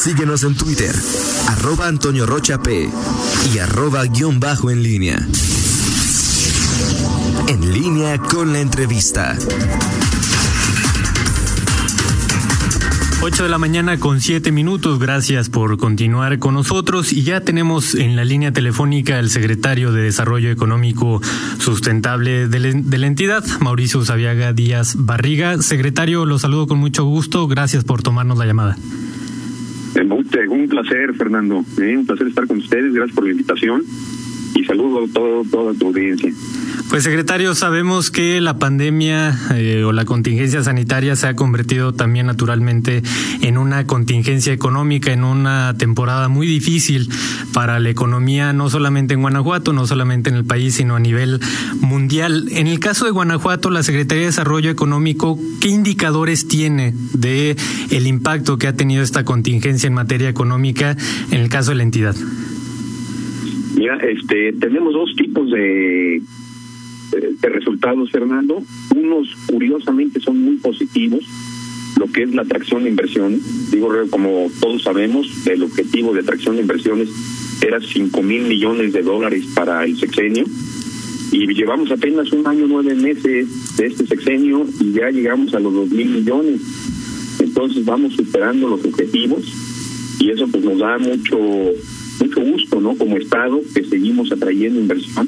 Síguenos en Twitter, @AntonioRochaP y @_en línea. En línea con la entrevista. 8 de la mañana con 7 minutos. Gracias por continuar con nosotros. Y ya tenemos en la línea telefónica al secretario de Desarrollo Económico Sustentable de la entidad, Mauricio Usabiaga Díaz Barriga. Secretario, lo saludo con mucho gusto. Gracias por tomarnos la llamada. Un placer, Fernando. Un placer estar con ustedes. Gracias por la invitación. Y saludo a toda tu audiencia. Pues, secretario, sabemos que la pandemia o la contingencia sanitaria se ha convertido también naturalmente en una contingencia económica, en una temporada muy difícil para la economía, no solamente en Guanajuato, no solamente en el país, sino a nivel mundial. En el caso de Guanajuato, la Secretaría de Desarrollo Económico, ¿qué indicadores tiene de el impacto que ha tenido esta contingencia en materia económica en el caso de la entidad? Mira, tenemos dos tipos de resultados, Fernando. Unos, curiosamente, son muy positivos, lo que es la atracción de inversiones. Digo, como todos sabemos, el objetivo de atracción de inversiones era $5,000 millones para el sexenio, y llevamos apenas un año, 9 meses de este sexenio y ya llegamos a los 2,000 millones. Entonces vamos superando los objetivos y eso pues nos da mucho gusto, ¿no? Como Estado, que seguimos atrayendo inversión.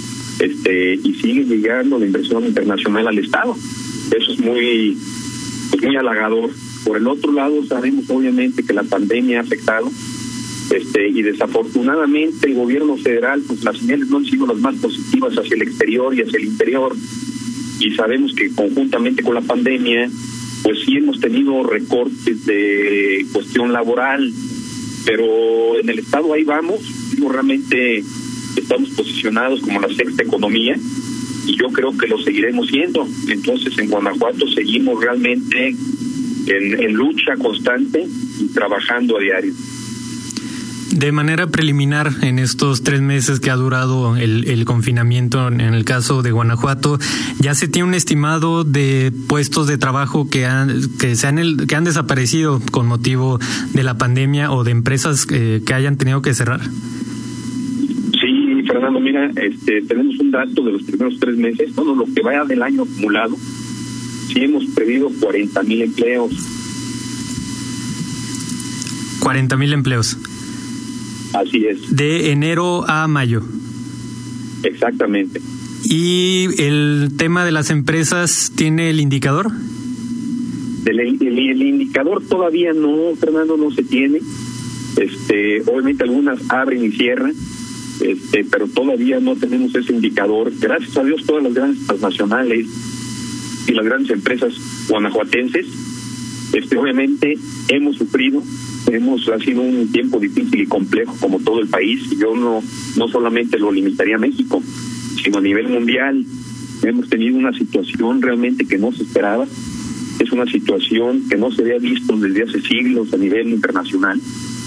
Y sigue llegando la inversión internacional al Estado. Eso es muy halagador. Por el otro lado, sabemos obviamente que la pandemia ha afectado, y desafortunadamente el gobierno federal, pues las señales no han sido las más positivas hacia el exterior y hacia el interior, y sabemos que conjuntamente con la pandemia, pues sí hemos tenido recortes de cuestión laboral, pero en el Estado ahí vamos. Realmente estamos posicionados como la sexta economía y yo creo que lo seguiremos siendo. Entonces en Guanajuato seguimos realmente en lucha constante y trabajando a diario. De manera preliminar, en estos 3 meses que ha durado el confinamiento, en el caso de Guanajuato, ¿ya se tiene un estimado de puestos de trabajo que han desaparecido con motivo de la pandemia o de empresas que hayan tenido que cerrar? Sí, Fernando, mira, tenemos un dato de los primeros 3 meses, todo lo que vaya del año acumulado, sí hemos perdido 40,000 empleos. 40,000 empleos. Así es. De enero a mayo. Exactamente. ¿Y el tema de las empresas tiene el indicador? El indicador todavía no, Fernando, no se tiene. Obviamente algunas abren y cierran, pero todavía no tenemos ese indicador. Gracias a Dios, todas las grandes transnacionales y las grandes empresas guanajuatenses, obviamente hemos sufrido. Ha sido un tiempo difícil y complejo como todo el país, y yo no solamente lo limitaría a México, sino a nivel mundial. Hemos tenido una situación realmente que no se esperaba. Es una situación que no se había visto desde hace siglos a nivel internacional.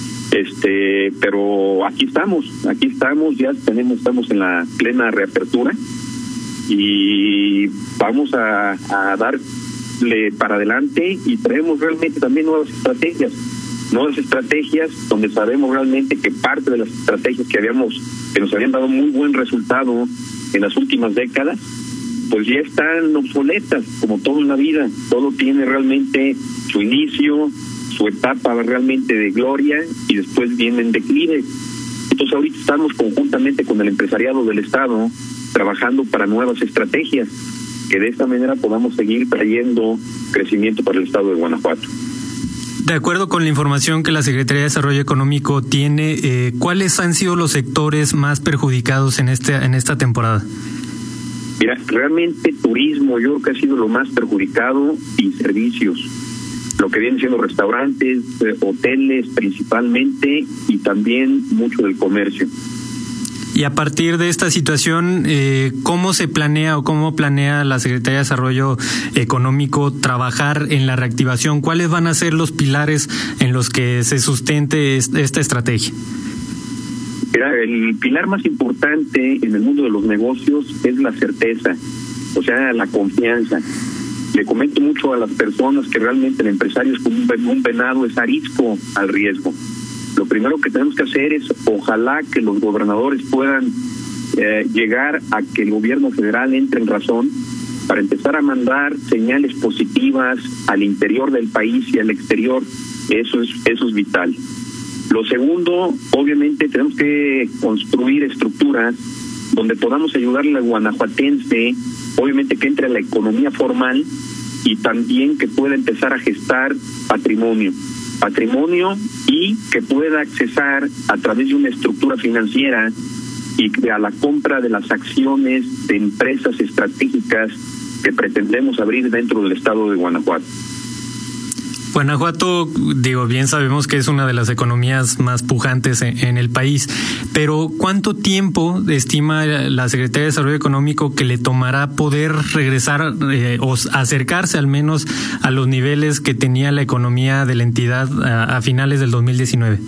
Pero aquí estamos, ya estamos en la plena reapertura y vamos a darle para adelante, y traemos realmente también nuevas estrategias donde sabemos realmente que parte de las estrategias que nos habían dado muy buen resultado en las últimas décadas, pues ya están obsoletas, como todo en la vida. Todo tiene realmente su inicio, su etapa realmente de gloria, y después viene en declive. Entonces ahorita estamos conjuntamente con el empresariado del Estado trabajando para nuevas estrategias, que de esta manera podamos seguir trayendo crecimiento para el Estado de Guanajuato. De acuerdo con la información que la Secretaría de Desarrollo Económico tiene, ¿cuáles han sido los sectores más perjudicados en esta temporada? Mira, realmente turismo yo creo que ha sido lo más perjudicado, y servicios, lo que vienen siendo restaurantes, hoteles principalmente, y también mucho del comercio. Y a partir de esta situación, ¿cómo se planea o cómo planea la Secretaría de Desarrollo Económico trabajar en la reactivación? ¿Cuáles van a ser los pilares en los que se sustente esta estrategia? Mira, el pilar más importante en el mundo de los negocios es la certeza, o sea, la confianza. Le comento mucho a las personas que realmente el empresario es como un venado, es arisco al riesgo. Lo primero que tenemos que hacer es, ojalá que los gobernadores puedan llegar a que el gobierno federal entre en razón para empezar a mandar señales positivas al interior del país y al exterior. Eso es vital. Lo segundo, obviamente tenemos que construir estructuras donde podamos ayudarle al guanajuatense, obviamente que entre a la economía formal y también que pueda empezar a gestar patrimonio y que pueda accesar a través de una estructura financiera y a la compra de las acciones de empresas estratégicas que pretendemos abrir dentro del estado de Guanajuato. Guanajuato, bien sabemos que es una de las economías más pujantes en el país, pero ¿cuánto tiempo estima la Secretaría de Desarrollo Económico que le tomará poder regresar o acercarse al menos a los niveles que tenía la economía de la entidad a finales del 2019?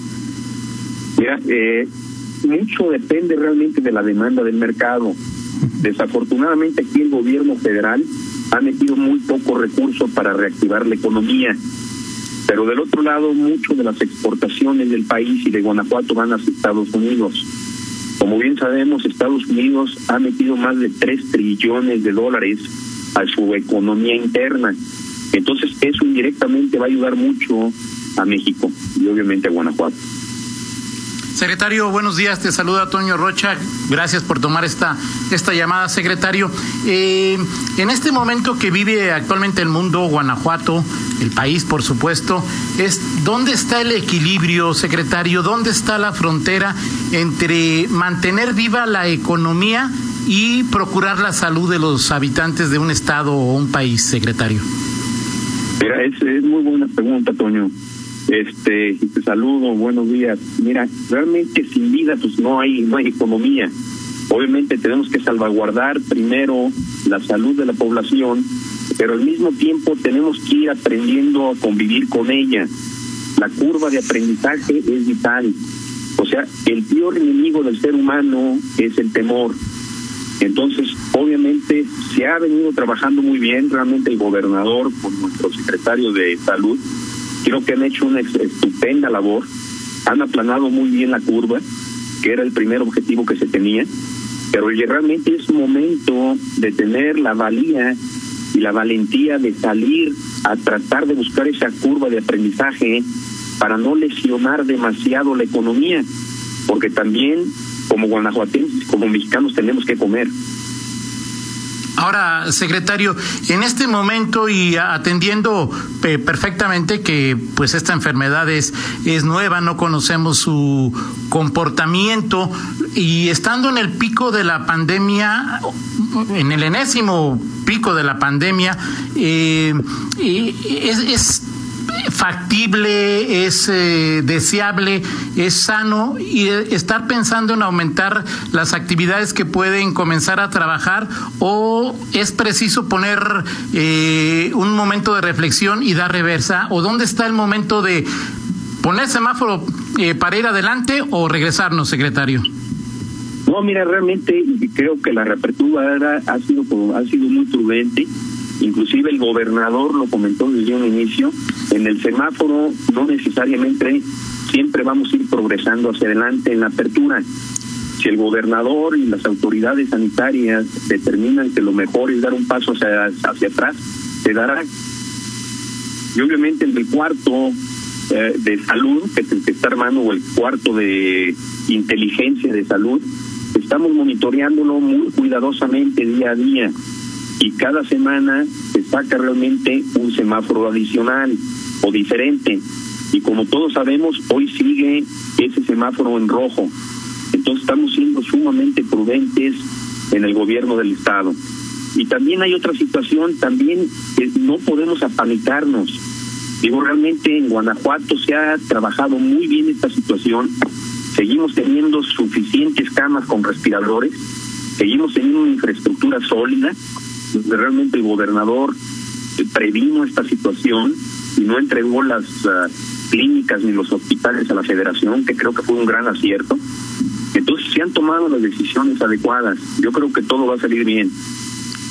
Mira, mucho depende realmente de la demanda del mercado. Desafortunadamente aquí el gobierno federal ha metido muy poco recurso para reactivar la economía, pero del otro lado mucho de las exportaciones del país y de Guanajuato van hacia Estados Unidos. Como bien sabemos, Estados Unidos ha metido más de 3 trillones de dólares a su economía interna. Entonces eso indirectamente va a ayudar mucho a México y obviamente a Guanajuato. Secretario, buenos días, te saluda Toño Rocha, gracias por tomar esta llamada, secretario. En este momento que vive actualmente el mundo, Guanajuato, el país por supuesto, ¿dónde está el equilibrio, secretario? ¿Dónde está la frontera entre mantener viva la economía y procurar la salud de los habitantes de un estado o un país, secretario? Mira, es muy buena pregunta, Toño. Te saludo, buenos días. Mira, realmente sin vida pues no hay economía. Obviamente tenemos que salvaguardar primero la salud de la población, pero al mismo tiempo tenemos que ir aprendiendo a convivir con ella. La curva de aprendizaje es vital. O sea, el peor enemigo del ser humano es el temor. Entonces, obviamente, se ha venido trabajando muy bien. Realmente el gobernador con nuestro secretario de Salud creo que han hecho una estupenda labor, han aplanado muy bien la curva, que era el primer objetivo que se tenía, pero realmente es momento de tener la valía y la valentía de salir a tratar de buscar esa curva de aprendizaje para no lesionar demasiado la economía, porque también como guanajuatenses, como mexicanos tenemos que comer. Ahora, secretario, en este momento y atendiendo perfectamente que pues esta enfermedad es nueva, no conocemos su comportamiento y estando en el pico de la pandemia, en el enésimo pico de la pandemia, es factible, es deseable, es sano y estar pensando en aumentar las actividades que pueden comenzar a trabajar, o es preciso poner un momento de reflexión y dar reversa, o dónde está el momento de poner semáforo para ir adelante o regresarnos, secretario. No, mira, realmente creo que la reapertura ha sido muy prudente. Inclusive el gobernador lo comentó desde un inicio, en el semáforo no necesariamente siempre vamos a ir progresando hacia adelante en la apertura. Si el gobernador y las autoridades sanitarias determinan que lo mejor es dar un paso hacia atrás, se dará. Y obviamente en el cuarto de salud, que es el que está armando, o el cuarto de inteligencia de salud, estamos monitoreándolo muy cuidadosamente día a día. Y cada semana se saca realmente un semáforo adicional o diferente. Y como todos sabemos, hoy sigue ese semáforo en rojo. Entonces estamos siendo sumamente prudentes en el gobierno del estado. Y también hay otra situación, también no podemos apanicarnos. Realmente en Guanajuato se ha trabajado muy bien esta situación. Seguimos teniendo suficientes camas con respiradores, seguimos teniendo una infraestructura sólida. Realmente el gobernador previno esta situación y no entregó las clínicas ni los hospitales a la federación, que creo que fue un gran acierto. Entonces se han tomado las decisiones adecuadas. Yo creo que todo va a salir bien.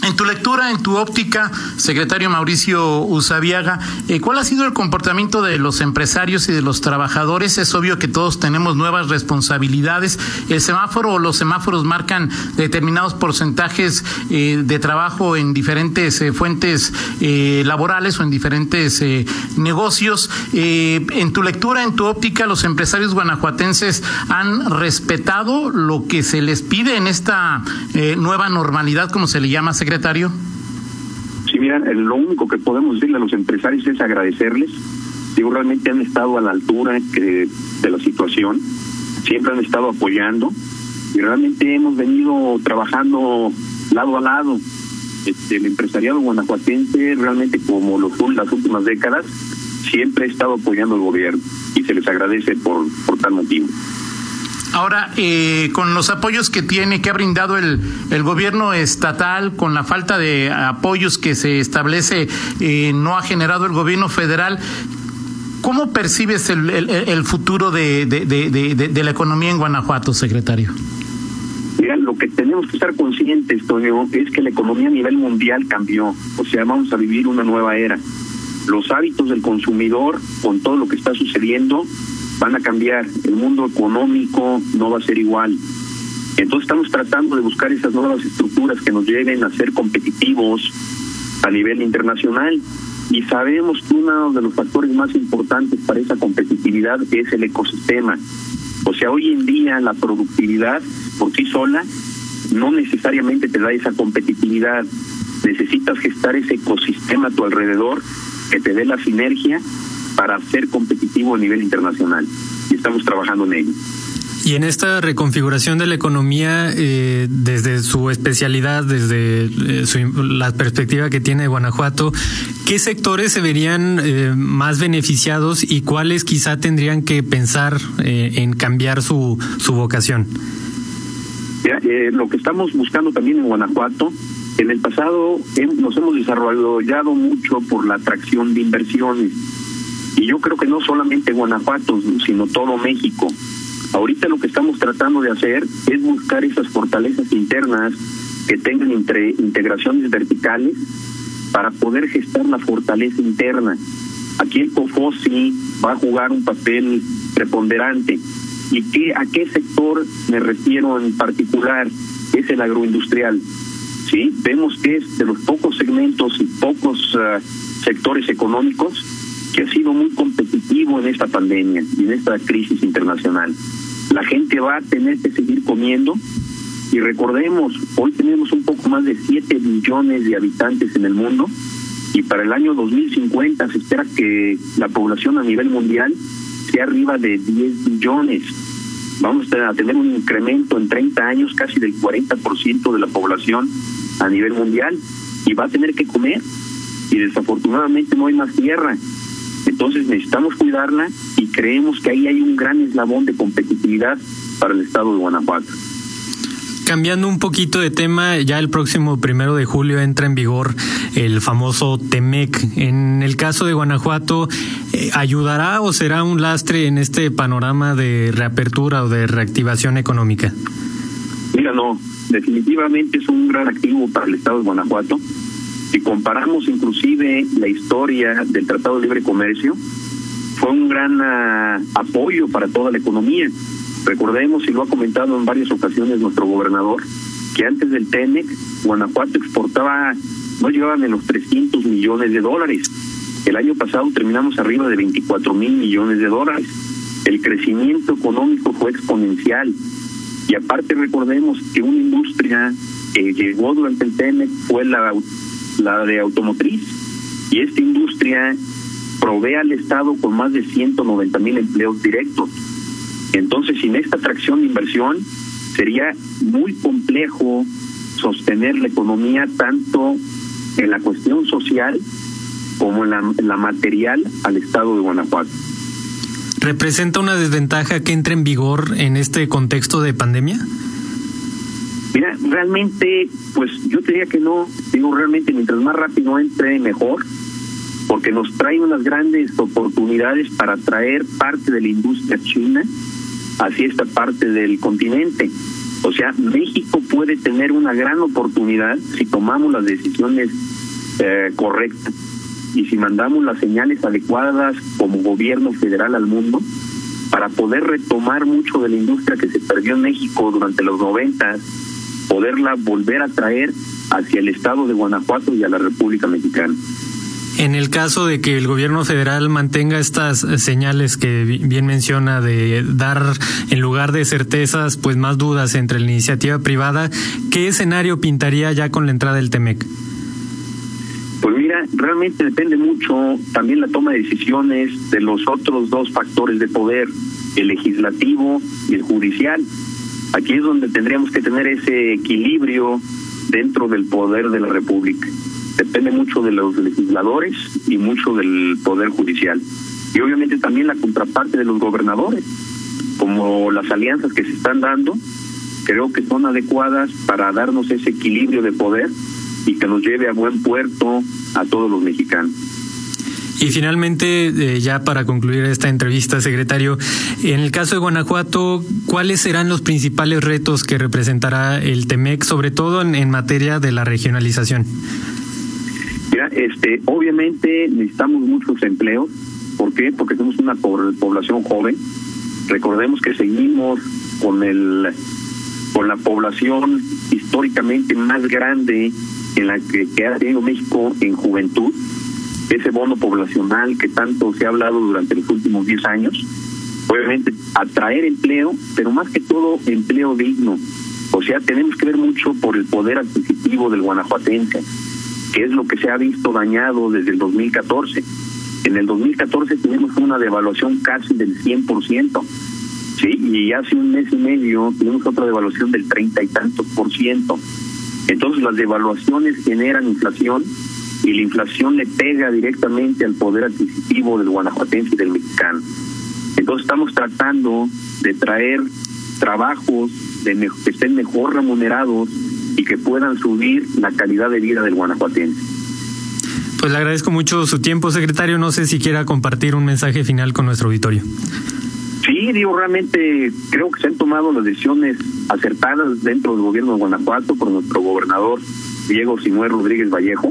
En tu lectura, en tu óptica, secretario Mauricio Usabiaga, ¿cuál ha sido el comportamiento de los empresarios y de los trabajadores? Es obvio que todos tenemos nuevas responsabilidades. El semáforo o los semáforos marcan determinados porcentajes de trabajo en diferentes fuentes laborales o en diferentes negocios. En tu lectura, en tu óptica, ¿los empresarios guanajuatenses han respetado lo que se les pide en esta nueva normalidad, como se le llama, secretario? Sí, mira, lo único que podemos decirle a los empresarios es agradecerles. Digo, realmente han estado a la altura de la situación, siempre han estado apoyando y realmente hemos venido trabajando lado a lado. El empresariado guanajuatense realmente, como las últimas décadas, siempre ha estado apoyando al gobierno y se les agradece por tal motivo. Ahora, con los apoyos que ha brindado el gobierno estatal, con la falta de apoyos que se establece, no ha generado el gobierno federal, ¿cómo percibes el futuro de la economía en Guanajuato, secretario? Mira, lo que tenemos que estar conscientes, Toño, es que la economía a nivel mundial cambió. O sea, vamos a vivir una nueva era. Los hábitos del consumidor, con todo lo que está sucediendo, van a cambiar. El mundo económico no va a ser igual. Entonces estamos tratando de buscar esas nuevas estructuras que nos lleven a ser competitivos a nivel internacional, y sabemos que uno de los factores más importantes para esa competitividad es el ecosistema. O sea, hoy en día la productividad por sí sola no necesariamente te da esa competitividad. Necesitas gestar ese ecosistema a tu alrededor que te dé la sinergia para ser competitivo a nivel internacional, y estamos trabajando en ello. Y en esta reconfiguración de la economía, desde su especialidad, desde la perspectiva que tiene Guanajuato, ¿qué sectores se verían más beneficiados y cuáles quizá tendrían que pensar en cambiar su vocación? Mira, lo que estamos buscando también en Guanajuato, en el pasado nos hemos desarrollado mucho por la atracción de inversiones. Y yo creo que no solamente Guanajuato, sino todo México. Ahorita lo que estamos tratando de hacer es buscar esas fortalezas internas que tengan integraciones verticales para poder gestar la fortaleza interna. Aquí el COFOSI va a jugar un papel preponderante. ¿Y a qué sector me refiero en particular? Es el agroindustrial. ¿Sí? Vemos que es de los pocos segmentos y pocos sectores económicos que ha sido muy competitivo en esta pandemia y en esta crisis internacional. La gente va a tener que seguir comiendo, y recordemos, hoy tenemos un poco más de 7 billones de habitantes en el mundo, y para el año 2050 se espera que la población a nivel mundial sea arriba de 10 billones. Vamos a tener un incremento en 30 años casi del 40% de la población a nivel mundial, y va a tener que comer, y desafortunadamente no hay más tierra. Entonces necesitamos cuidarla, y creemos que ahí hay un gran eslabón de competitividad para el estado de Guanajuato. Cambiando un poquito de tema, ya el próximo 1 de julio entra en vigor el famoso TEMEC. En el caso de Guanajuato, ¿ayudará o será un lastre en este panorama de reapertura o de reactivación económica? Mira, no, definitivamente es un gran activo para el estado de Guanajuato. Si comparamos inclusive la historia del Tratado de Libre Comercio, fue un gran apoyo para toda la economía. Recordemos, y lo ha comentado en varias ocasiones nuestro gobernador, que antes del TEMEC, Guanajuato exportaba, no llegaban en los 300 millones de dólares. El año pasado terminamos arriba de 24,000 millones de dólares. El crecimiento económico fue exponencial. Y aparte recordemos que una industria que llegó durante el TEMEC fue la de automotriz, y esta industria provee al Estado con más de 190,000 empleos directos. Entonces, sin esta atracción de inversión, sería muy complejo sostener la economía tanto en la cuestión social como en la material al estado de Guanajuato. ¿Representa una desventaja que entre en vigor en este contexto de pandemia? Mira, realmente, pues yo te diría que no. Digo, realmente mientras más rápido entre, mejor, porque nos trae unas grandes oportunidades para traer parte de la industria china hacia esta parte del continente. O sea, México puede tener una gran oportunidad si tomamos las decisiones correctas y si mandamos las señales adecuadas como gobierno federal al mundo para poder retomar mucho de la industria que se perdió en México durante los 90, poderla volver a traer hacia el estado de Guanajuato y a la República Mexicana. En el caso de que el gobierno federal mantenga estas señales que bien menciona de dar, en lugar de certezas, pues más dudas entre la iniciativa privada, ¿qué escenario pintaría ya con la entrada del TEMEC? Pues mira, realmente depende mucho también la toma de decisiones de los otros dos factores de poder, el legislativo y el judicial. Aquí es donde tendríamos que tener ese equilibrio dentro del poder de la República. Depende mucho de los legisladores y mucho del poder judicial. Y obviamente también la contraparte de los gobernadores, como las alianzas que se están dando, creo que son adecuadas para darnos ese equilibrio de poder y que nos lleve a buen puerto a todos los mexicanos. Y finalmente, ya para concluir esta entrevista, secretario, en el caso de Guanajuato, ¿cuáles serán los principales retos que representará el TEMEC, sobre todo en materia de la regionalización? Mira, obviamente necesitamos muchos empleos. ¿Por qué? Porque somos una población joven. Recordemos que seguimos con la población históricamente más grande en la que ha tenido México en juventud. Ese bono poblacional que tanto se ha hablado durante los últimos 10 años, obviamente atraer empleo, pero más que todo empleo digno. O sea, tenemos que ver mucho por el poder adquisitivo del guanajuatense, que es lo que se ha visto dañado desde el 2014. En el 2014 tuvimos una devaluación casi del 100%, ¿sí? Y hace un mes y medio tuvimos otra devaluación del 30 y tantos %. Entonces las devaluaciones generan inflación y la inflación le pega directamente al poder adquisitivo del guanajuatense y del mexicano. Entonces estamos tratando de traer trabajos que estén mejor remunerados y que puedan subir la calidad de vida del guanajuatense. Pues le agradezco mucho su tiempo, secretario. No sé si quiera compartir un mensaje final con nuestro auditorio. Sí, realmente creo que se han tomado las decisiones acertadas dentro del gobierno de Guanajuato por nuestro gobernador Diego Sinué Rodríguez Vallejo,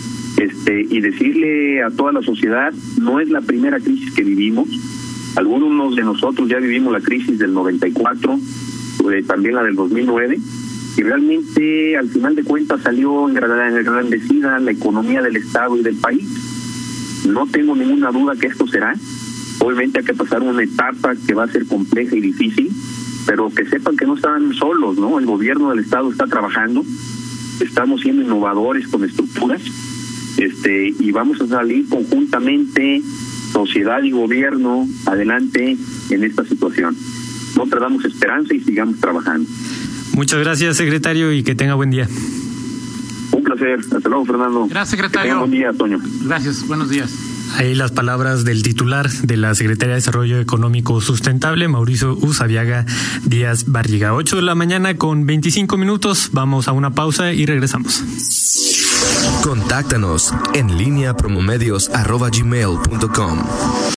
y decirle a toda la sociedad, no es la primera crisis que vivimos. Algunos de nosotros ya vivimos la crisis del 94, también la del 2009, y realmente al final de cuentas salió engrandecida la economía del Estado y del país. No tengo ninguna duda que esto será. Obviamente hay que pasar una etapa que va a ser compleja y difícil, pero que sepan que no están solos, ¿no? El gobierno del Estado está trabajando, estamos siendo innovadores con estructuras, y vamos a salir conjuntamente, sociedad y gobierno, adelante en esta situación. No perdamos esperanza y sigamos trabajando. Muchas gracias, secretario, y que tenga buen día. Un placer. Hasta luego, Fernando. Gracias, secretario. Que tenga buen día, Toño. Gracias, buenos días. Ahí las palabras del titular de la Secretaría de Desarrollo Económico Sustentable, Mauricio Usabiaga Díaz Barriga. 8 de la mañana con 25 minutos. Vamos a una pausa y regresamos. Contáctanos en línea promomedios@gmail.com.